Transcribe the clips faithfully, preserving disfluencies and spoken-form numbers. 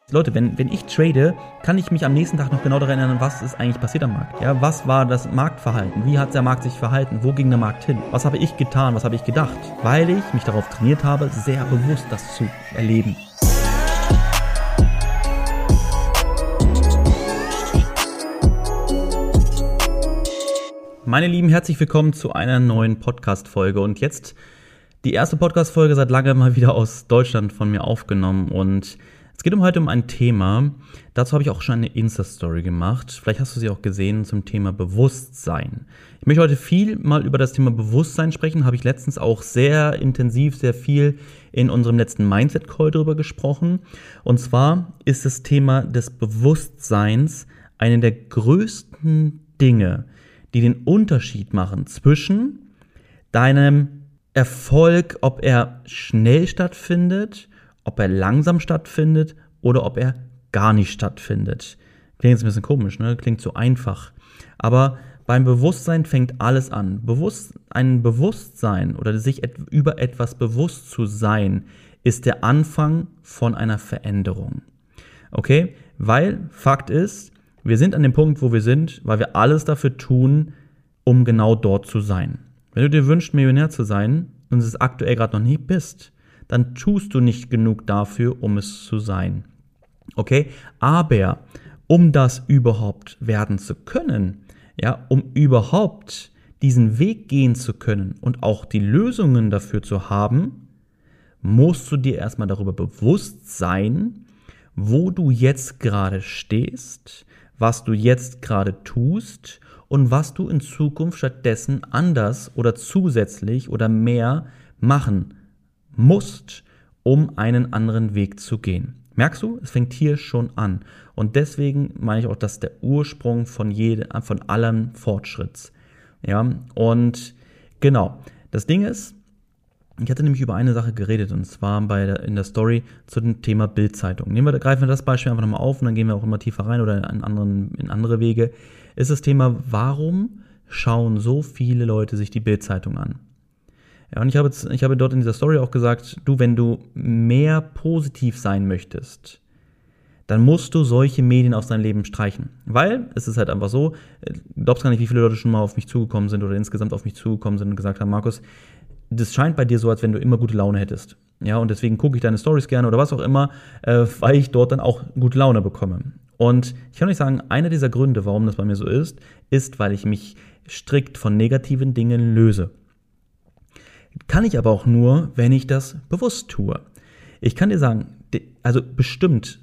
Leute, wenn, wenn ich trade, kann ich mich am nächsten Tag noch genau daran erinnern, was ist eigentlich passiert am Markt. Ja, was war das Marktverhalten? Wie hat der Markt sich verhalten? Wo ging der Markt hin? Was habe ich getan? Was habe ich gedacht? Weil ich mich darauf trainiert habe, sehr bewusst das zu erleben. Meine Lieben, herzlich willkommen zu einer neuen Podcast-Folge. Und jetzt die erste Podcast-Folge seit langem mal wieder aus Deutschland von mir aufgenommen. Und es geht um heute um ein Thema, dazu habe ich auch schon eine Insta-Story gemacht. Vielleicht hast du sie auch gesehen zum Thema Bewusstsein. Ich möchte heute viel mal über das Thema Bewusstsein sprechen. Habe ich letztens auch sehr intensiv, sehr viel in unserem letzten Mindset-Call drüber gesprochen. Und zwar ist das Thema des Bewusstseins eine der größten Dinge, die den Unterschied machen zwischen deinem Erfolg, ob er schnell stattfindet, ob er langsam stattfindet oder ob er gar nicht stattfindet. Klingt jetzt ein bisschen komisch, ne? Klingt so einfach. Aber beim Bewusstsein fängt alles an. Bewusst, ein Bewusstsein oder sich et- über etwas bewusst zu sein, ist der Anfang von einer Veränderung. Okay? Weil Fakt ist, wir sind an dem Punkt, wo wir sind, weil wir alles dafür tun, um genau dort zu sein. Wenn du dir wünschst, Millionär zu sein und es aktuell gerade noch nie bist, dann tust du nicht genug dafür, um es zu sein. Okay? Aber um das überhaupt werden zu können, ja, um überhaupt diesen Weg gehen zu können und auch die Lösungen dafür zu haben, musst du dir erstmal darüber bewusst sein, wo du jetzt gerade stehst, was du jetzt gerade tust und was du in Zukunft stattdessen anders oder zusätzlich oder mehr machen musst, um einen anderen Weg zu gehen. Merkst du? Es fängt hier schon an. Und deswegen meine ich auch, das ist der Ursprung von, jede, von allem Fortschritts. Ja, und genau. Das Ding ist, ich hatte nämlich über eine Sache geredet, und zwar bei der, in der Story zu dem Thema Bild-Zeitung. Nehmen wir, greifen wir das Beispiel einfach nochmal auf und dann gehen wir auch immer tiefer rein oder in, anderen, in andere Wege. Ist das Thema, warum schauen so viele Leute sich die Bild-Zeitung an? Ja, und ich habe, ich habe dort in dieser Story auch gesagt, du, wenn du mehr positiv sein möchtest, dann musst du solche Medien aus deinem Leben streichen. Weil es ist halt einfach so, du glaubst gar nicht, wie viele Leute schon mal auf mich zugekommen sind oder insgesamt auf mich zugekommen sind und gesagt haben, Markus, das scheint bei dir so, als wenn du immer gute Laune hättest. Ja, und deswegen gucke ich deine Stories gerne oder was auch immer, äh, weil ich dort dann auch gute Laune bekomme. Und ich kann euch sagen, einer dieser Gründe, warum das bei mir so ist, ist, weil ich mich strikt von negativen Dingen löse. Kann ich aber auch nur, wenn ich das bewusst tue. Ich kann dir sagen, also bestimmt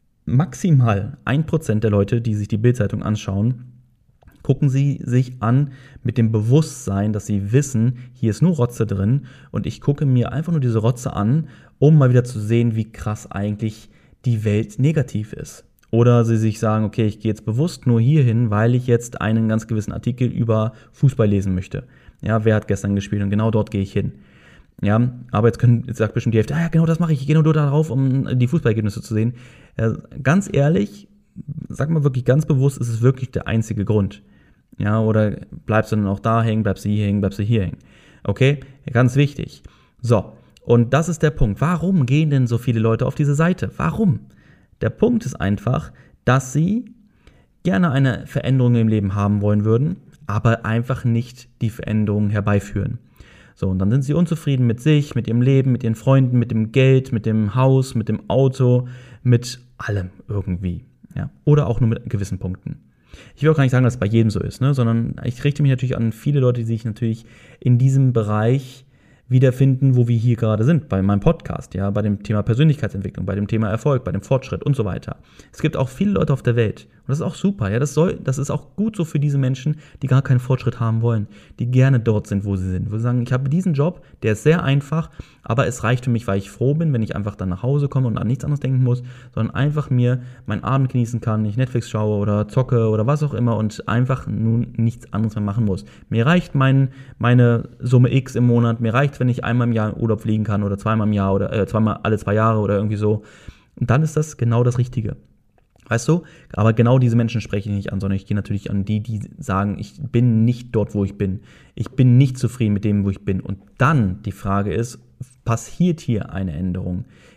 maximal ein Prozent der Leute, die sich die Bild-Zeitung anschauen, gucken sie sich an mit dem Bewusstsein, dass sie wissen, hier ist nur Rotze drin und ich gucke mir einfach nur diese Rotze an, um mal wieder zu sehen, wie krass eigentlich die Welt negativ ist. Oder sie sich sagen, okay, ich gehe jetzt bewusst nur hier hin, weil ich jetzt einen ganz gewissen Artikel über Fußball lesen möchte. Ja, wer hat gestern gespielt und genau dort gehe ich hin. Ja, aber jetzt, können, jetzt sagt bestimmt die Hälfte, ah ja, genau das mache ich, ich gehe nur darauf, um die Fußballergebnisse zu sehen. Ja, ganz ehrlich, sag mal wirklich ganz bewusst, ist es wirklich der einzige Grund. Ja, oder bleibst du dann auch da hängen, bleibst du hier hängen, bleibst du hier hängen. Okay, ganz wichtig. So, und das ist der Punkt. Warum gehen denn so viele Leute auf diese Seite? Warum? Der Punkt ist einfach, dass sie gerne eine Veränderung im Leben haben wollen würden, aber einfach nicht die Veränderung herbeiführen. So, und dann sind sie unzufrieden mit sich, mit ihrem Leben, mit ihren Freunden, mit dem Geld, mit dem Haus, mit dem Auto, mit allem irgendwie. Ja, oder auch nur mit gewissen Punkten. Ich will auch gar nicht sagen, dass es bei jedem so ist, ne? Sondern ich richte mich natürlich an viele Leute, die sich natürlich in diesem Bereich wiederfinden, wo wir hier gerade sind, bei meinem Podcast, ja, bei dem Thema Persönlichkeitsentwicklung, bei dem Thema Erfolg, bei dem Fortschritt und so weiter. Es gibt auch viele Leute auf der Welt und das ist auch super, ja, das soll, das ist auch gut so für diese Menschen, die gar keinen Fortschritt haben wollen, die gerne dort sind, wo sie sind, wo sie sagen, ich habe diesen Job, der ist sehr einfach, aber es reicht für mich, weil ich froh bin, wenn ich einfach dann nach Hause komme und an nichts anderes denken muss, sondern einfach mir meinen Abend genießen kann, ich Netflix schaue oder zocke oder was auch immer und einfach nun nichts anderes mehr machen muss. Mir reicht mein, meine Summe X im Monat, mir reicht, wenn ich einmal im Jahr in Urlaub fliegen kann oder zweimal im Jahr oder äh, zweimal alle zwei Jahre oder irgendwie so. Und dann ist das genau das Richtige. Weißt du? Aber genau diese Menschen spreche ich nicht an, sondern ich gehe natürlich an die, die sagen, ich bin nicht dort, wo ich bin. Ich bin nicht zufrieden mit dem, wo ich bin. Und dann die Frage ist, passiert hier eine Änderung?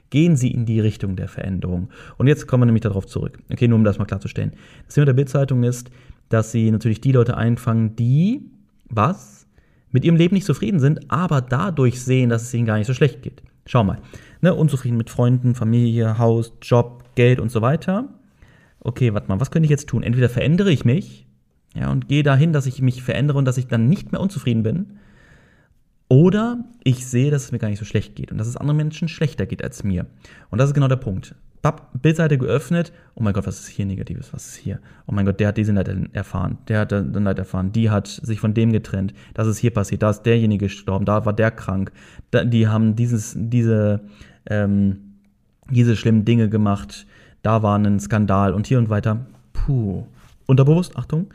Gehen Sie in die Richtung der Veränderung. Und jetzt kommen wir nämlich darauf zurück. Okay, nur um das mal klarzustellen. Das Thema der Bild-Zeitung ist, dass sie natürlich die Leute einfangen, die, was? Mit ihrem Leben nicht zufrieden sind, aber dadurch sehen, dass es ihnen gar nicht so schlecht geht. Schau mal, ne, unzufrieden mit Freunden, Familie, Haus, Job, Geld und so weiter. Okay, warte mal, was könnte ich jetzt tun? Entweder verändere ich mich, ja, und gehe dahin, dass ich mich verändere und dass ich dann nicht mehr unzufrieden bin. Oder ich sehe, dass es mir gar nicht so schlecht geht und dass es anderen Menschen schlechter geht als mir. Und das ist genau der Punkt. Bildseite geöffnet, oh mein Gott, was ist hier Negatives, was ist hier? Oh mein Gott, der hat diesen Leid erfahren, der hat den Leid erfahren, die hat sich von dem getrennt, das ist hier passiert, da ist derjenige gestorben, da war der krank, da, die haben dieses, diese, ähm, diese schlimmen Dinge gemacht, da war ein Skandal und hier und weiter. Puh. Unterbewusst, Achtung,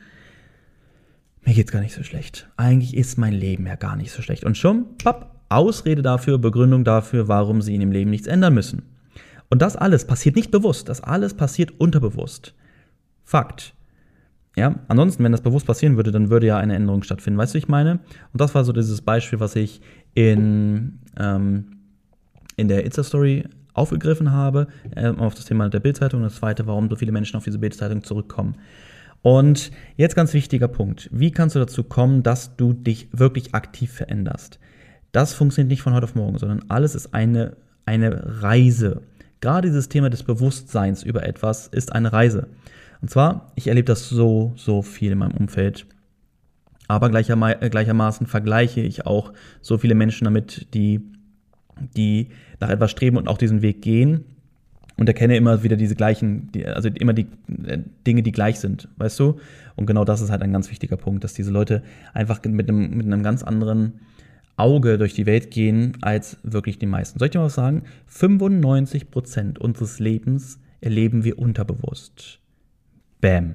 mir geht's gar nicht so schlecht. Eigentlich ist mein Leben ja gar nicht so schlecht. Und schon, papp, Ausrede dafür, Begründung dafür, warum sie in ihrem Leben nichts ändern müssen. Und das alles passiert nicht bewusst, das alles passiert unterbewusst. Fakt. Ja, ansonsten, wenn das bewusst passieren würde, dann würde ja eine Änderung stattfinden. Weißt du, wie ich meine? Und das war so dieses Beispiel, was ich in, ähm, in der Insta-Story aufgegriffen habe, äh, auf das Thema der Bild-Zeitung. Und das zweite, warum so viele Menschen auf diese Bild-Zeitung zurückkommen. Und jetzt ganz wichtiger Punkt. Wie kannst du dazu kommen, dass du dich wirklich aktiv veränderst? Das funktioniert nicht von heute auf morgen, sondern alles ist eine, eine Reise. Gerade dieses Thema des Bewusstseins über etwas ist eine Reise. Und zwar, ich erlebe das so, so viel in meinem Umfeld. Aber gleicherma- gleichermaßen vergleiche ich auch so viele Menschen damit, die, die nach etwas streben und auch diesen Weg gehen. Und erkenne immer wieder diese gleichen, die, also immer die äh, Dinge, die gleich sind, weißt du? Und genau das ist halt ein ganz wichtiger Punkt, dass diese Leute einfach mit einem, mit einem ganz anderen Auge durch die Welt gehen, als wirklich die meisten. Soll ich dir mal was sagen? fünfundneunzig Prozent unseres Lebens erleben wir unterbewusst. Bam.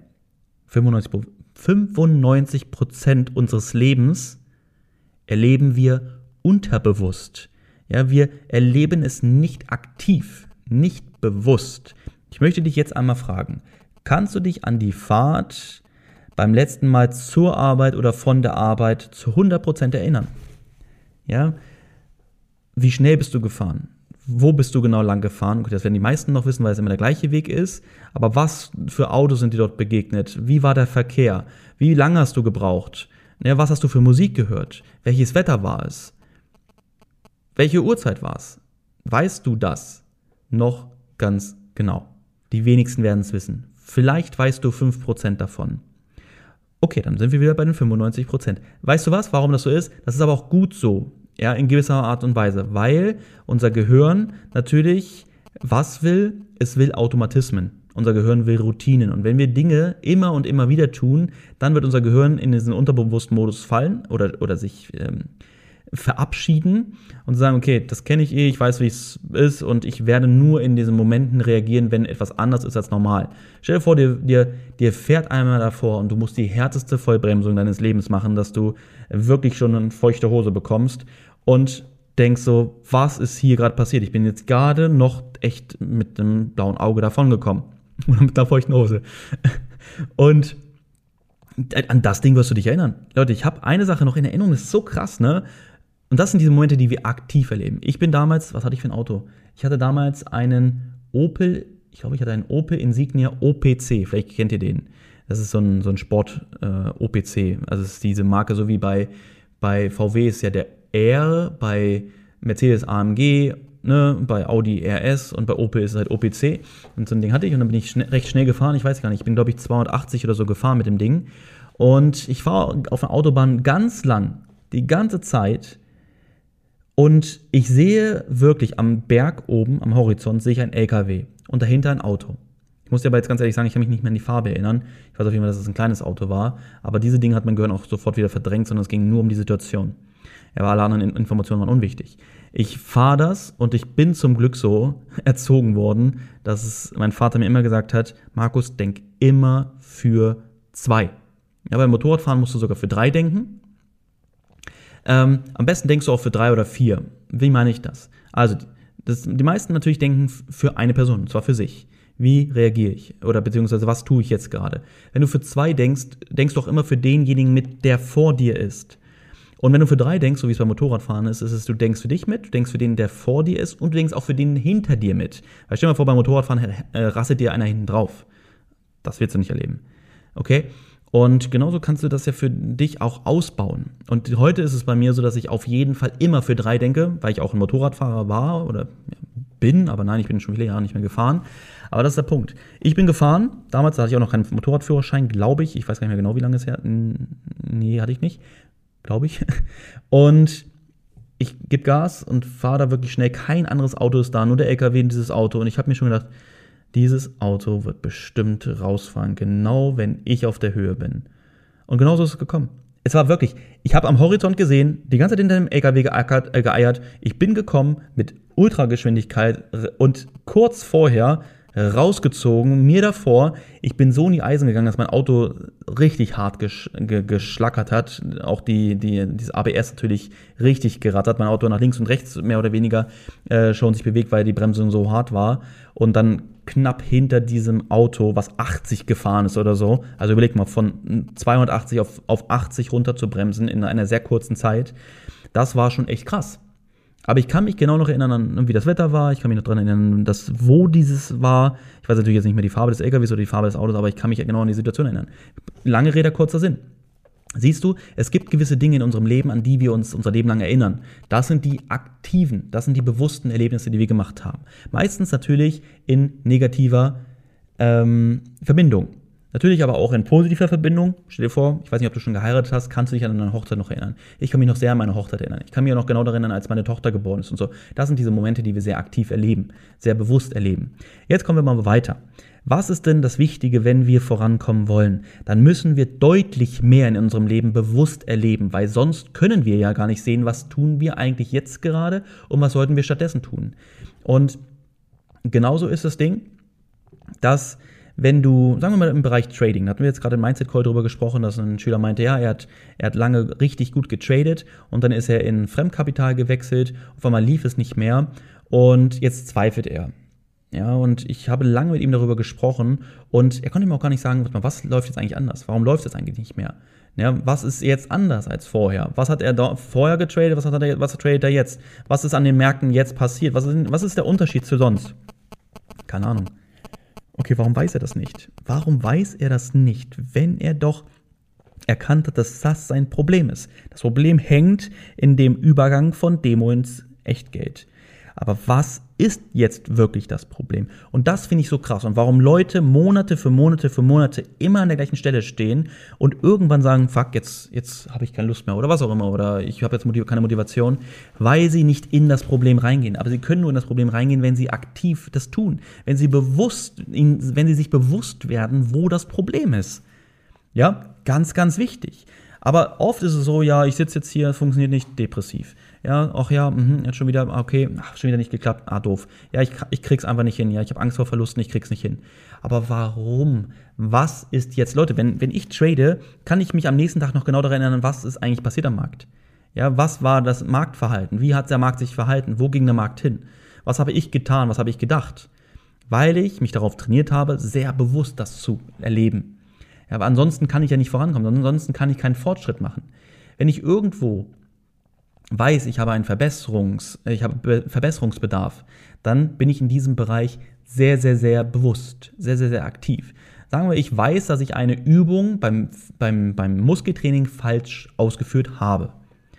fünfundneunzig Prozent unseres Lebens erleben wir unterbewusst. Ja, wir erleben es nicht aktiv, nicht bewusst. Ich möchte dich jetzt einmal fragen, kannst du dich an die Fahrt beim letzten Mal zur Arbeit oder von der Arbeit zu hundert Prozent erinnern? Ja, wie schnell bist du gefahren? Wo bist du genau lang gefahren? Gut, das werden die meisten noch wissen, weil es immer der gleiche Weg ist. Aber was für Autos sind dir dort begegnet? Wie war der Verkehr? Wie lange hast du gebraucht? Ja, was hast du für Musik gehört? Welches Wetter war es? Welche Uhrzeit war es? Weißt du das noch ganz genau? Die wenigsten werden es wissen. Vielleicht weißt du fünf Prozent davon. Okay, dann sind wir wieder bei den fünfundneunzig Prozent. Weißt du was, warum das so ist? Das ist aber auch gut so, ja, in gewisser Art und Weise, weil unser Gehirn natürlich was will? Es will Automatismen. Unser Gehirn will Routinen. Und wenn wir Dinge immer und immer wieder tun, dann wird unser Gehirn in diesen unterbewussten Modus fallen oder, oder sich ähm, verabschieden und sagen, okay, das kenne ich eh, ich weiß, wie es ist und ich werde nur in diesen Momenten reagieren, wenn etwas anders ist als normal. Stell dir vor, dir, dir, dir fährt einmal davor und du musst die härteste Vollbremsung deines Lebens machen, dass du wirklich schon eine feuchte Hose bekommst und denkst so, was ist hier gerade passiert? Ich bin jetzt gerade noch echt mit einem blauen Auge davongekommen oder mit einer feuchten Hose. Und an das Ding wirst du dich erinnern. Leute, ich habe eine Sache noch in Erinnerung, das ist so krass, ne? Und das sind diese Momente, die wir aktiv erleben. Ich bin damals, was hatte ich für ein Auto? Ich hatte damals einen Opel, ich glaube, ich hatte einen Opel Insignia O P C, vielleicht kennt ihr den. Das ist so ein, so ein Sport-O P C, äh, also es ist diese Marke, so wie bei, bei V W ist ja der R, bei Mercedes A M G, ne, bei Audi R S und bei Opel ist es halt O P C. Und so ein Ding hatte ich und dann bin ich schne- recht schnell gefahren, ich weiß gar nicht, ich bin glaube ich zweihundertachtzig oder so gefahren mit dem Ding. Und ich fahre auf der Autobahn ganz lang, die ganze Zeit. Und ich sehe wirklich am Berg oben, am Horizont, sehe ich ein L K W und dahinter ein Auto. Ich muss dir aber jetzt ganz ehrlich sagen, ich kann mich nicht mehr an die Farbe erinnern. Ich weiß auf jeden Fall, dass es ein kleines Auto war. Aber diese Dinge hat mein Gehirn auch sofort wieder verdrängt, sondern es ging nur um die Situation. Ja, aber alle anderen Informationen waren unwichtig. Ich fahre das und ich bin zum Glück so erzogen worden, dass es mein Vater mir immer gesagt hat, Markus, denk immer für zwei. Ja, beim Motorradfahren musst du sogar für drei denken. Ähm, am besten denkst du auch für drei oder vier. Wie meine ich das? Also, das, die meisten natürlich denken für eine Person, und zwar für sich. Wie reagiere ich? Oder beziehungsweise, was tue ich jetzt gerade? Wenn du für zwei denkst, denkst du auch immer für denjenigen mit, der vor dir ist. Und wenn du für drei denkst, so wie es beim Motorradfahren ist, ist es, du denkst für dich mit, du denkst für den, der vor dir ist und du denkst auch für den hinter dir mit. Weil stell dir mal vor, beim Motorradfahren äh, rasselt dir einer hinten drauf. Das willst du nicht erleben. Okay? Und genauso kannst du das ja für dich auch ausbauen. Und heute ist es bei mir so, dass ich auf jeden Fall immer für drei denke, weil ich auch ein Motorradfahrer war oder ja, bin, aber nein, ich bin schon viele Jahre nicht mehr gefahren. Aber das ist der Punkt. Ich bin gefahren, damals hatte ich auch noch keinen Motorradführerschein, glaube ich. Ich weiß gar nicht mehr genau, wie lange es her. Nee, hatte ich nicht. Glaube ich. Und ich gebe Gas und fahre da wirklich schnell. Kein anderes Auto ist da, nur der L K W in dieses Auto. Und ich habe mir schon gedacht, dieses Auto wird bestimmt rausfahren, genau wenn ich auf der Höhe bin. Und genauso ist es gekommen. Es war wirklich, ich habe am Horizont gesehen, die ganze Zeit hinter dem L K W geackert, äh, geeiert. Ich bin gekommen mit Ultrageschwindigkeit und kurz vorher rausgezogen, mir davor, ich bin so in die Eisen gegangen, dass mein Auto richtig hart gesch- ge- geschlackert hat, auch die, die, dieses A B S natürlich richtig gerattert, mein Auto nach links und rechts mehr oder weniger äh, schon sich bewegt, weil die Bremsung so hart war und dann knapp hinter diesem Auto, was achtzig gefahren ist oder so, also überleg mal, von zweihundertachtzig auf, auf achtzig runter zu bremsen in einer sehr kurzen Zeit, das war schon echt krass. Aber ich kann mich genau noch erinnern an, wie das Wetter war. Ich kann mich noch daran erinnern, dass, wo dieses war. Ich weiß natürlich jetzt nicht mehr die Farbe des L K Ws oder die Farbe des Autos, aber ich kann mich genau an die Situation erinnern. Lange Rede, kurzer Sinn. Siehst du, es gibt gewisse Dinge in unserem Leben, an die wir uns unser Leben lang erinnern. Das sind die aktiven, das sind die bewussten Erlebnisse, die wir gemacht haben. Meistens natürlich in negativer ähm, Verbindung. Natürlich aber auch in positiver Verbindung. Stell dir vor, ich weiß nicht, ob du schon geheiratet hast, kannst du dich an deine Hochzeit noch erinnern. Ich kann mich noch sehr an meine Hochzeit erinnern. Ich kann mich auch noch genau daran erinnern, als meine Tochter geboren ist und so. Das sind diese Momente, die wir sehr aktiv erleben, sehr bewusst erleben. Jetzt kommen wir mal weiter. Was ist denn das Wichtige, wenn wir vorankommen wollen? Dann müssen wir deutlich mehr in unserem Leben bewusst erleben, weil sonst können wir ja gar nicht sehen, was tun wir eigentlich jetzt gerade und was sollten wir stattdessen tun. Und genauso ist das Ding, dass wenn du, sagen wir mal im Bereich Trading, da hatten wir jetzt gerade im Mindset Call drüber gesprochen, dass ein Schüler meinte, ja, er hat, er hat lange richtig gut getradet und dann ist er in Fremdkapital gewechselt, auf einmal lief es nicht mehr und jetzt zweifelt er. Ja, und ich habe lange mit ihm darüber gesprochen und er konnte mir auch gar nicht sagen, was läuft jetzt eigentlich anders? Warum läuft es eigentlich nicht mehr? Ja, was ist jetzt anders als vorher? Was hat er da vorher getradet? Was hat er, was tradet er jetzt? Was ist an den Märkten jetzt passiert? Was ist, was ist der Unterschied zu sonst? Keine Ahnung. Okay, warum weiß er das nicht? Warum weiß er das nicht, wenn er doch erkannt hat, dass das sein Problem ist? Das Problem hängt in dem Übergang von Demo ins Echtgeld. Aber was ist jetzt wirklich das Problem? Und das finde ich so krass. Und warum Leute Monate für Monate für Monate immer an der gleichen Stelle stehen und irgendwann sagen, fuck, jetzt, jetzt habe ich keine Lust mehr oder was auch immer oder ich habe jetzt motiv- keine Motivation, weil sie nicht in das Problem reingehen. Aber sie können nur in das Problem reingehen, wenn sie aktiv das tun. Wenn sie bewusst, wenn sie sich bewusst werden, wo das Problem ist. Ja, ganz, ganz wichtig. Aber oft ist es so, ja, ich sitze jetzt hier, es funktioniert nicht, depressiv. Ja, ach ja, mh, jetzt schon wieder, okay, ach, schon wieder nicht geklappt, ah, doof. Ja, ich, ich krieg's einfach nicht hin, ja, ich habe Angst vor Verlusten, ich krieg's nicht hin. Aber warum? Was ist jetzt, Leute, wenn, wenn ich trade, kann ich mich am nächsten Tag noch genau daran erinnern, was ist eigentlich passiert am Markt? Ja, was war das Marktverhalten? Wie hat der Markt sich verhalten? Wo ging der Markt hin? Was habe ich getan? Was habe ich gedacht? Weil ich mich darauf trainiert habe, sehr bewusst das zu erleben. Ja, aber ansonsten kann ich ja nicht vorankommen, ansonsten kann ich keinen Fortschritt machen. Wenn ich irgendwo weiß, ich habe einen Verbesserungs, ich habe Verbesserungsbedarf, dann bin ich in diesem Bereich sehr, sehr, sehr bewusst, sehr, sehr, sehr aktiv. Sagen wir, ich weiß, dass ich eine Übung beim, beim, beim Muskeltraining falsch ausgeführt habe.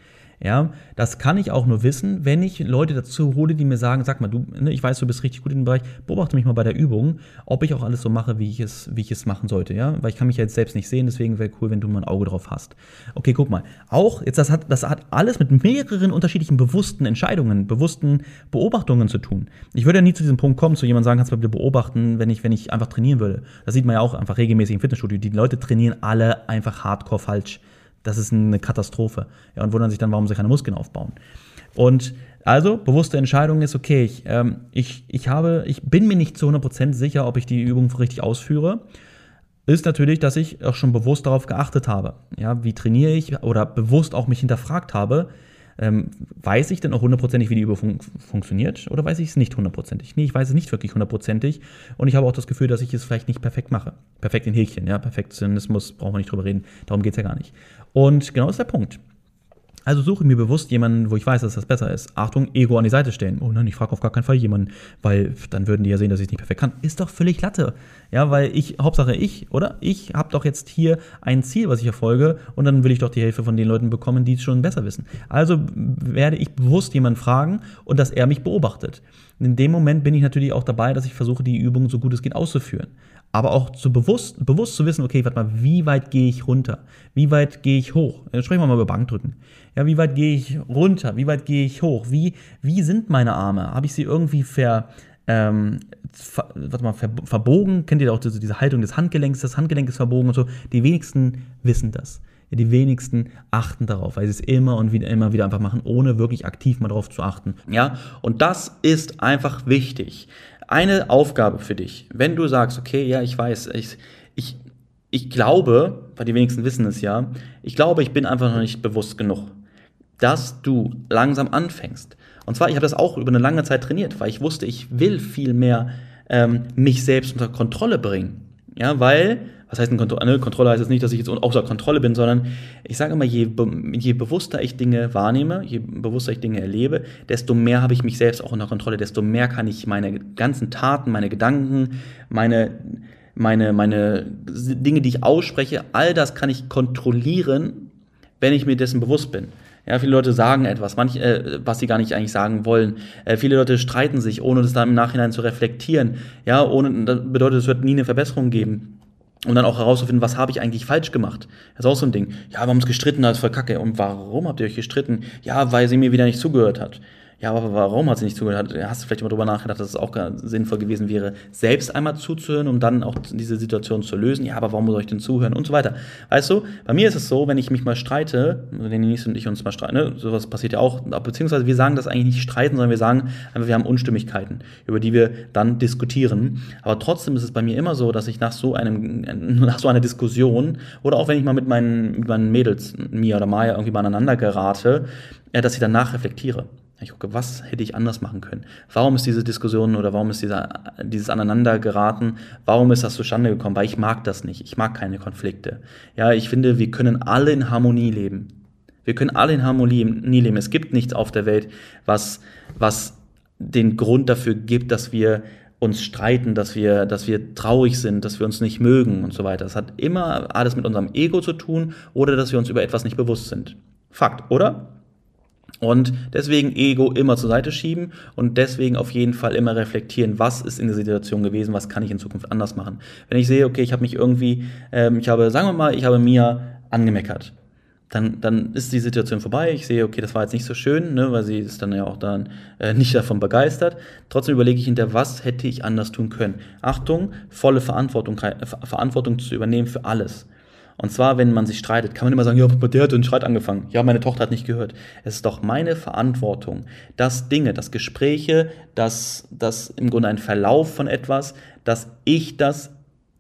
Ja, das kann ich auch nur wissen, wenn ich Leute dazu hole, die mir sagen, sag mal, du, ne, ich weiß, du bist richtig gut in dem Bereich, beobachte mich mal bei der Übung, ob ich auch alles so mache, wie ich es, wie ich es machen sollte, ja, weil ich kann mich ja jetzt selbst nicht sehen, deswegen wäre cool, wenn du mal ein Auge drauf hast. Okay, guck mal, auch, jetzt, das hat, das hat alles mit mehreren unterschiedlichen bewussten Entscheidungen, bewussten Beobachtungen zu tun. Ich würde ja nie zu diesem Punkt kommen, zu jemandem sagen, kannst du mal bitte beobachten, wenn ich, wenn ich einfach trainieren würde. Das sieht man ja auch einfach regelmäßig im Fitnessstudio, die Leute trainieren alle einfach hardcore falsch. Das ist eine Katastrophe. Ja, und wundern sich dann, warum sie keine Muskeln aufbauen. Und also, bewusste Entscheidung ist, okay, ich, ähm, ich, ich, habe, ich bin mir nicht zu hundert Prozent sicher, ob ich die Übung richtig ausführe. Ist natürlich, dass ich auch schon bewusst darauf geachtet habe. Ja, wie trainiere ich oder bewusst auch mich hinterfragt habe, ähm, weiß ich denn auch hundertprozentig, wie die Übung fun- funktioniert oder weiß ich es nicht hundertprozentig? Nee, ich weiß es nicht wirklich hundertprozentig und ich habe auch das Gefühl, dass ich es vielleicht nicht perfekt mache. Perfekt in Häkchen, ja, Perfektionismus, brauchen wir nicht drüber reden, darum geht es ja gar nicht. Und genau ist der Punkt. Also suche ich mir bewusst jemanden, wo ich weiß, dass das besser ist. Achtung, Ego an die Seite stellen. Oh nein, ich frage auf gar keinen Fall jemanden, weil dann würden die ja sehen, dass ich es nicht perfekt kann. Ist doch völlig Latte. Ja, weil ich, Hauptsache ich, oder? Ich habe doch jetzt hier ein Ziel, was ich verfolge und dann will ich doch die Hilfe von den Leuten bekommen, die es schon besser wissen. Also werde ich bewusst jemanden fragen und dass er mich beobachtet. In dem Moment bin ich natürlich auch dabei, dass ich versuche, die Übung so gut es geht auszuführen. Aber auch zu bewusst, bewusst zu wissen, okay, warte mal, wie weit gehe ich runter? Wie weit gehe ich hoch? Jetzt sprechen wir mal über Bankdrücken. Ja, wie weit gehe ich runter? Wie weit gehe ich hoch? Wie, wie sind meine Arme? Habe ich sie irgendwie ver, ähm, ver, warte mal, ver, verbogen? Kennt ihr auch diese, diese Haltung des Handgelenks? Das Handgelenk ist verbogen und so. Die wenigsten wissen das. Ja, die wenigsten achten darauf, weil sie es immer und wieder, immer wieder einfach machen, ohne wirklich aktiv mal darauf zu achten. Ja, und das ist einfach wichtig. Eine Aufgabe für dich, wenn du sagst, okay, ja, ich weiß, ich, ich, ich glaube, weil die wenigsten wissen es ja, ich glaube, ich bin einfach noch nicht bewusst genug, dass du langsam anfängst. Und zwar, ich habe das auch über eine lange Zeit trainiert, weil ich wusste, ich will viel mehr ähm, mich selbst unter Kontrolle bringen. Ja, weil, was heißt eine Kontrolle? Kontrolle heißt jetzt nicht, dass ich jetzt außer Kontrolle bin, sondern ich sage immer, je, je bewusster ich Dinge wahrnehme, je bewusster ich Dinge erlebe, desto mehr habe ich mich selbst auch unter Kontrolle, desto mehr kann ich meine ganzen Taten, meine Gedanken, meine, meine, meine Dinge, die ich ausspreche, all das kann ich kontrollieren, wenn ich mir dessen bewusst bin. Ja, viele Leute sagen etwas, manch, äh, was sie gar nicht eigentlich sagen wollen. Äh, viele Leute streiten sich, ohne das dann im Nachhinein zu reflektieren. Ja, ohne, das bedeutet, es wird nie eine Verbesserung geben. Um dann auch herauszufinden, was habe ich eigentlich falsch gemacht. Das ist auch so ein Ding. Ja, wir haben uns gestritten, das ist voll kacke. Und warum habt ihr euch gestritten? Ja, weil sie mir wieder nicht zugehört hat. Ja, aber warum hat sie nicht zugehört? Hast du vielleicht mal drüber nachgedacht, dass es auch sinnvoll gewesen wäre, selbst einmal zuzuhören, um dann auch diese Situation zu lösen? Ja, aber warum soll ich denn zuhören? Und so weiter. Weißt du, bei mir ist es so, wenn ich mich mal streite, wenn Denise und ich uns mal streiten, ne, sowas passiert ja auch, beziehungsweise wir sagen das eigentlich nicht streiten, sondern wir sagen einfach, wir haben Unstimmigkeiten, über die wir dann diskutieren. Aber trotzdem ist es bei mir immer so, dass ich nach so einem, nach so einer Diskussion oder auch wenn ich mal mit meinen, mit meinen Mädels, Mia oder Maya, irgendwie mal aneinander gerate, dass ich danach reflektiere. Ich gucke, was hätte ich anders machen können? Warum ist diese Diskussion oder warum ist dieser, dieses Aneinandergeraten, warum ist das zustande gekommen? Weil ich mag das nicht. Ich mag keine Konflikte. Ja, ich finde, wir können alle in Harmonie leben. Wir können alle in Harmonie leben. Es gibt nichts auf der Welt, was, was den Grund dafür gibt, dass wir uns streiten, dass wir, dass wir traurig sind, dass wir uns nicht mögen und so weiter. Das hat immer alles mit unserem Ego zu tun oder dass wir uns über etwas nicht bewusst sind. Fakt, oder? Und deswegen Ego immer zur Seite schieben und deswegen auf jeden Fall immer reflektieren, was ist in der Situation gewesen, was kann ich in Zukunft anders machen. Wenn ich sehe, okay, ich habe mich irgendwie, ähm, ich habe, sagen wir mal, ich habe Mia angemeckert, dann, dann ist die Situation vorbei. Ich sehe, okay, das war jetzt nicht so schön, ne, weil sie ist dann ja auch dann äh, nicht davon begeistert. Trotzdem überlege ich hinter, was hätte ich anders tun können. Achtung, volle Verantwortung, Verantwortung zu übernehmen für alles. Und zwar, wenn man sich streitet, kann man immer sagen, ja, der hat den Streit angefangen. Ja, meine Tochter hat nicht gehört. Es ist doch meine Verantwortung, dass Dinge, dass Gespräche, dass, dass im Grunde ein Verlauf von etwas, dass ich das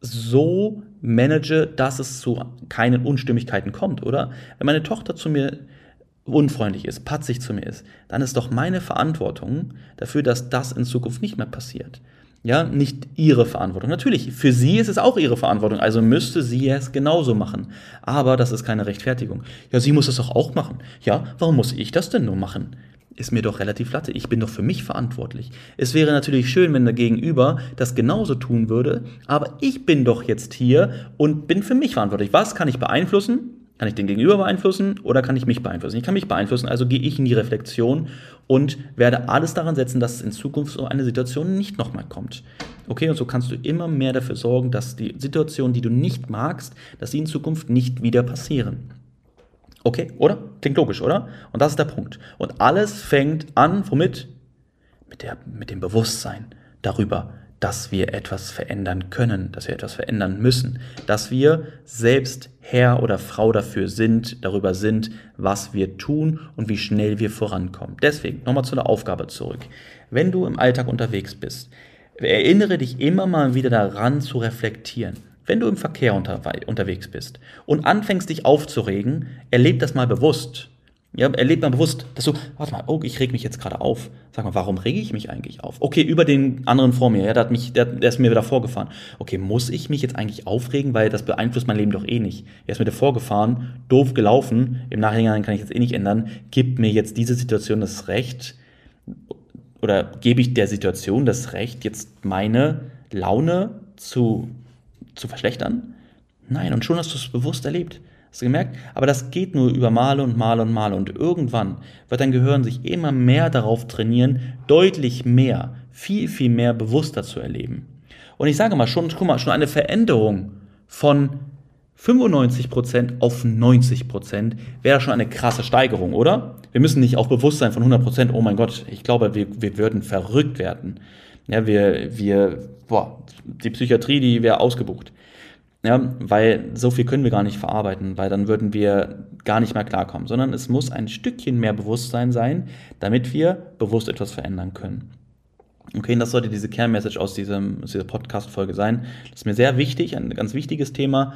so manage, dass es zu keinen Unstimmigkeiten kommt, oder? Wenn meine Tochter zu mir unfreundlich ist, patzig zu mir ist, dann ist doch meine Verantwortung dafür, dass das in Zukunft nicht mehr passiert. Ja, nicht ihre Verantwortung. Natürlich, für sie ist es auch ihre Verantwortung, also müsste sie es genauso machen. Aber das ist keine Rechtfertigung. Ja, sie muss es doch auch machen. Ja, warum muss ich das denn nur machen? Ist mir doch relativ latte. Ich bin doch für mich verantwortlich. Es wäre natürlich schön, wenn der Gegenüber das genauso tun würde, aber ich bin doch jetzt hier und bin für mich verantwortlich. Was kann ich beeinflussen? Kann ich den Gegenüber beeinflussen oder kann ich mich beeinflussen? Ich kann mich beeinflussen, also gehe ich in die Reflexion und werde alles daran setzen, dass es in Zukunft so eine Situation nicht nochmal kommt. Okay, und so kannst du immer mehr dafür sorgen, dass die Situationen, die du nicht magst, dass sie in Zukunft nicht wieder passieren. Okay, oder? Klingt logisch, oder? Und das ist der Punkt. Und alles fängt an, womit? Mit der, mit dem Bewusstsein darüber, dass wir etwas verändern können, dass wir etwas verändern müssen, dass wir selbst Herr oder Frau dafür sind, darüber sind, was wir tun und wie schnell wir vorankommen. Deswegen nochmal zu der Aufgabe zurück. Wenn du im Alltag unterwegs bist, erinnere dich immer mal wieder daran zu reflektieren. Wenn du im Verkehr unter, unterwegs bist und anfängst dich aufzuregen, erleb das mal bewusst. Ja, erlebt mal bewusst, dass du, warte mal, oh, ich reg mich jetzt gerade auf. Sag mal, warum rege ich mich eigentlich auf? Okay, über den anderen vor mir, ja, der hat mich, der, der ist mir wieder vorgefahren. Okay, muss ich mich jetzt eigentlich aufregen, weil das beeinflusst mein Leben doch eh nicht. Er ist mir da vorgefahren, doof gelaufen, im Nachhinein kann ich jetzt eh nicht ändern. Gibt mir jetzt diese Situation das Recht, oder gebe ich der Situation das Recht, jetzt meine Laune zu, zu verschlechtern? Nein, und schon hast du es bewusst erlebt. Hast du gemerkt? Aber das geht nur über Male und Male und Male. Und irgendwann wird dein Gehirn sich immer mehr darauf trainieren, deutlich mehr, viel, viel mehr bewusster zu erleben. Und ich sage mal, schon, guck mal, schon eine Veränderung von fünfundneunzig Prozent auf neunzig Prozent wäre schon eine krasse Steigerung, oder? Wir müssen nicht auf Bewusstsein von hundert Prozent, oh mein Gott, ich glaube, wir, wir würden verrückt werden. Ja, wir, wir, boah, die Psychiatrie, die wäre ausgebucht. Ja, weil so viel können wir gar nicht verarbeiten, weil dann würden wir gar nicht mehr klarkommen, sondern es muss ein Stückchen mehr Bewusstsein sein, damit wir bewusst etwas verändern können. Okay, und das sollte diese Kernmessage aus, diesem, aus dieser Podcast-Folge sein. Das ist mir sehr wichtig, ein ganz wichtiges Thema.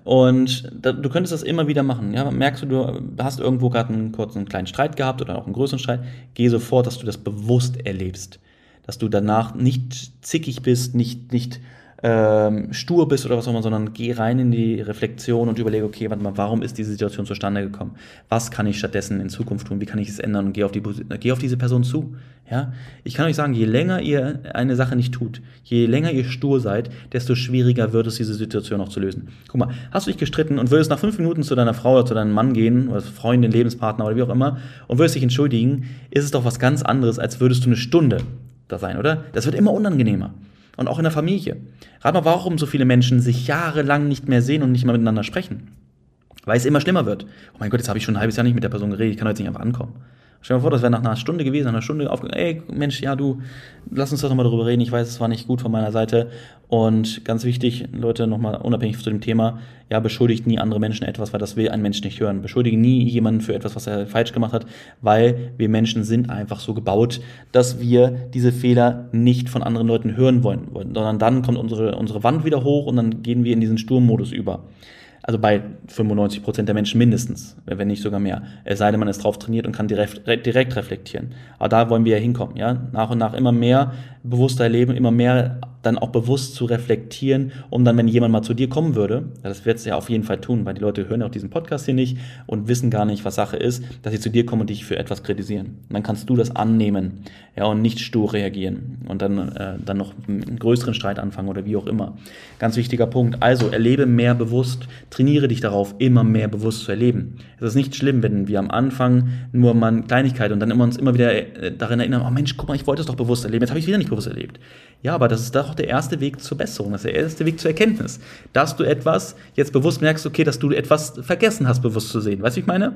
Und da, du könntest das immer wieder machen. Ja? Merkst du, du hast irgendwo gerade einen kurzen kleinen Streit gehabt oder auch einen größeren Streit, geh sofort, dass du das bewusst erlebst. Dass du danach nicht zickig bist, nicht, nicht ähm, stur bist oder was auch immer, sondern geh rein in die Reflexion und überlege, okay, warte mal, warum ist diese Situation zustande gekommen? Was kann ich stattdessen in Zukunft tun? Wie kann ich es ändern? Und geh auf, die, geh auf diese Person zu. Ja? Ich kann euch sagen, je länger ihr eine Sache nicht tut, je länger ihr stur seid, desto schwieriger wird es, diese Situation auch zu lösen. Guck mal, hast du dich gestritten und würdest nach fünf Minuten zu deiner Frau oder zu deinem Mann gehen, oder Freundin, Lebenspartner oder wie auch immer, und würdest dich entschuldigen, ist es doch was ganz anderes, als würdest du eine Stunde da sein, oder? Das wird immer unangenehmer. Und auch in der Familie. Rat mal, warum so viele Menschen sich jahrelang nicht mehr sehen und nicht mehr miteinander sprechen. Weil es immer schlimmer wird. Oh mein Gott, jetzt habe ich schon ein halbes Jahr nicht mit der Person geredet, ich kann heute nicht einfach ankommen. Stell dir mal vor, das wäre nach einer Stunde gewesen, nach einer Stunde aufgegangen, ey Mensch, ja du, lass uns doch nochmal darüber reden, ich weiß, es war nicht gut von meiner Seite. Und ganz wichtig, Leute, nochmal unabhängig zu dem Thema, ja, beschuldigt nie andere Menschen etwas, weil das will ein Mensch nicht hören. Beschuldige nie jemanden für etwas, was er falsch gemacht hat, weil wir Menschen sind einfach so gebaut, dass wir diese Fehler nicht von anderen Leuten hören wollen, sondern dann kommt unsere, unsere Wand wieder hoch und dann gehen wir in diesen Sturmmodus über. Also bei fünfundneunzig Prozent der Menschen mindestens, wenn nicht sogar mehr. Es sei denn, man ist drauf trainiert und kann direkt, direkt reflektieren. Aber da wollen wir ja hinkommen, ja. Nach und nach immer mehr bewusster erleben, immer mehr dann auch bewusst zu reflektieren, um dann, wenn jemand mal zu dir kommen würde, das wird es ja auf jeden Fall tun, weil die Leute hören auch diesen Podcast hier nicht und wissen gar nicht, was Sache ist, dass sie zu dir kommen und dich für etwas kritisieren. Und dann kannst du das annehmen, ja, und nicht stur reagieren und dann, äh, dann noch einen größeren Streit anfangen oder wie auch immer. Ganz wichtiger Punkt. Also, erlebe mehr bewusst, trainiere dich darauf, immer mehr bewusst zu erleben. Es ist nicht schlimm, wenn wir am Anfang nur mal eine Kleinigkeit und dann immer uns immer wieder äh, daran erinnern, oh Mensch, guck mal, ich wollte es doch bewusst erleben, jetzt habe ich es wieder nicht bewusst erlebt. Ja, aber das ist doch der erste Weg zur Besserung, das ist der erste Weg zur Erkenntnis. Dass du etwas jetzt bewusst merkst, okay, dass du etwas vergessen hast, bewusst zu sehen. Weißt du, wie ich meine?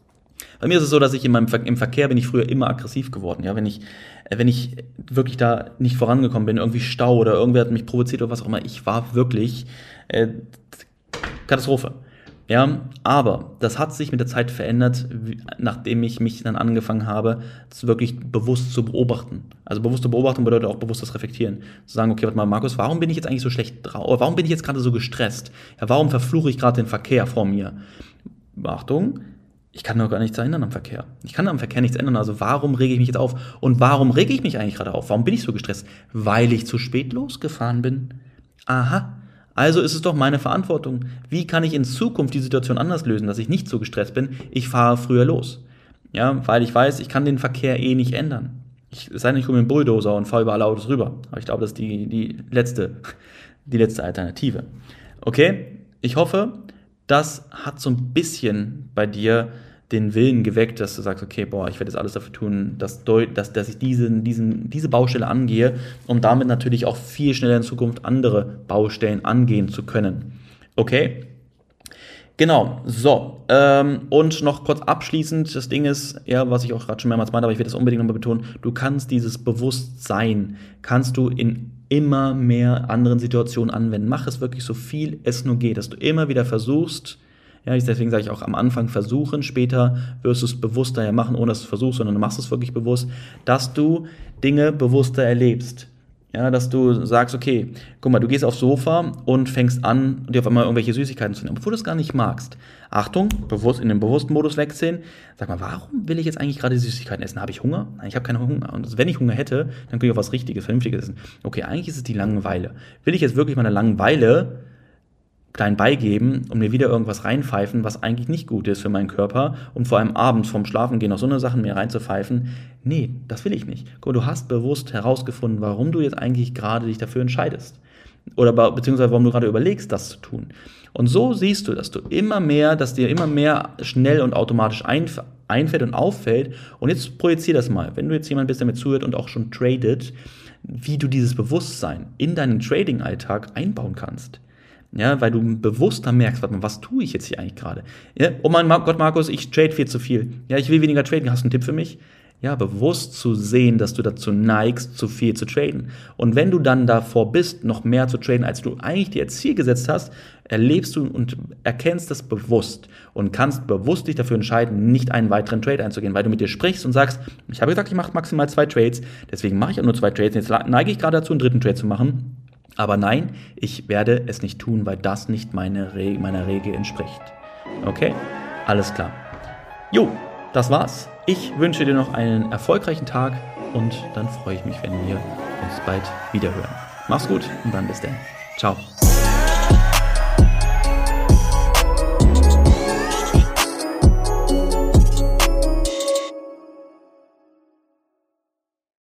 Bei mir ist es so, dass ich in meinem Ver- im Verkehr bin ich früher immer aggressiv geworden. Ja, wenn ich, wenn ich wirklich da nicht vorangekommen bin, irgendwie Stau oder irgendwer hat mich provoziert oder was auch immer, ich war wirklich äh, Katastrophe. Ja, aber das hat sich mit der Zeit verändert, nachdem ich mich dann angefangen habe, das wirklich bewusst zu beobachten. Also bewusste Beobachtung bedeutet auch bewusstes Reflektieren. Zu sagen, okay, warte mal, Markus, warum bin ich jetzt eigentlich so schlecht drauf? Oder warum bin ich jetzt gerade so gestresst? Ja, warum verfluche ich gerade den Verkehr vor mir? Achtung, ich kann doch gar nichts ändern am Verkehr. Ich kann am Verkehr nichts ändern, also warum rege ich mich jetzt auf? Und warum rege ich mich eigentlich gerade auf? Warum bin ich so gestresst? Weil ich zu spät losgefahren bin. Aha. Also ist es doch meine Verantwortung. Wie kann ich in Zukunft die Situation anders lösen, dass ich nicht so gestresst bin? Ich fahre früher los. Ja, weil ich weiß, ich kann den Verkehr eh nicht ändern. Ich sei nicht, ich hole mir einen Bulldozer und fahre über alle Autos rüber. Aber ich glaube, das ist die, die letzte, die letzte Alternative. Okay? Ich hoffe, das hat so ein bisschen bei dir den Willen geweckt, dass du sagst, okay, boah, ich werde jetzt alles dafür tun, dass, dass, dass ich diesen, diesen, diese Baustelle angehe, um damit natürlich auch viel schneller in Zukunft andere Baustellen angehen zu können. Okay? Genau, so. Ähm, und noch kurz abschließend, das Ding ist, ja, was ich auch gerade schon mehrmals meinte, aber ich will das unbedingt nochmal betonen, du kannst dieses Bewusstsein, kannst du in immer mehr anderen Situationen anwenden. Mach es wirklich so viel es nur geht, dass du immer wieder versuchst, ja, deswegen sage ich auch am Anfang versuchen, später wirst du es bewusster ja machen, ohne dass du es versuchst, sondern du machst es wirklich bewusst, dass du Dinge bewusster erlebst. Ja, dass du sagst, okay, guck mal, du gehst aufs Sofa und fängst an, dir auf einmal irgendwelche Süßigkeiten zu nehmen, obwohl du es gar nicht magst. Achtung, bewusst in den bewussten Modus wechseln. Sag mal, warum will ich jetzt eigentlich gerade Süßigkeiten essen? Habe ich Hunger? Nein, ich habe keinen Hunger. Und wenn ich Hunger hätte, dann könnte ich auch was Richtiges, Vernünftiges essen. Okay, eigentlich ist es die Langeweile. Will ich jetzt wirklich meiner Langeweile klein beigeben und mir wieder irgendwas reinpfeifen, was eigentlich nicht gut ist für meinen Körper und vor allem abends vorm Schlafengehen noch so eine Sachen mir reinzupfeifen? Nee, das will ich nicht. Guck, du hast bewusst herausgefunden, warum du jetzt eigentlich gerade dich dafür entscheidest. Oder beziehungsweise warum du gerade überlegst, das zu tun. Und so siehst du, dass du immer mehr, dass dir immer mehr schnell und automatisch einf- einfällt und auffällt. Und jetzt projizier das mal. Wenn du jetzt jemand bist, der mir zuhört und auch schon tradet, wie du dieses Bewusstsein in deinen Trading-Alltag einbauen kannst. Ja, weil du bewusster merkst, warte mal, was tue ich jetzt hier eigentlich gerade? Ja, oh mein Gott, Markus, ich trade viel zu viel. Ja, ich will weniger traden. Hast du einen Tipp für mich? Ja, bewusst zu sehen, dass du dazu neigst, zu viel zu traden. Und wenn du dann davor bist, noch mehr zu traden, als du eigentlich dir als Ziel gesetzt hast, erlebst du und erkennst das bewusst und kannst bewusst dich dafür entscheiden, nicht einen weiteren Trade einzugehen, weil du mit dir sprichst und sagst, ich habe gesagt, ich mache maximal zwei Trades, deswegen mache ich auch nur zwei Trades. Jetzt neige ich gerade dazu, einen dritten Trade zu machen. Aber nein, ich werde es nicht tun, weil das nicht meine Re- meiner Regel entspricht. Okay? Alles klar. Jo, das war's. Ich wünsche dir noch einen erfolgreichen Tag und dann freue ich mich, wenn wir uns bald wiederhören. Mach's gut und dann bis dann. Ciao.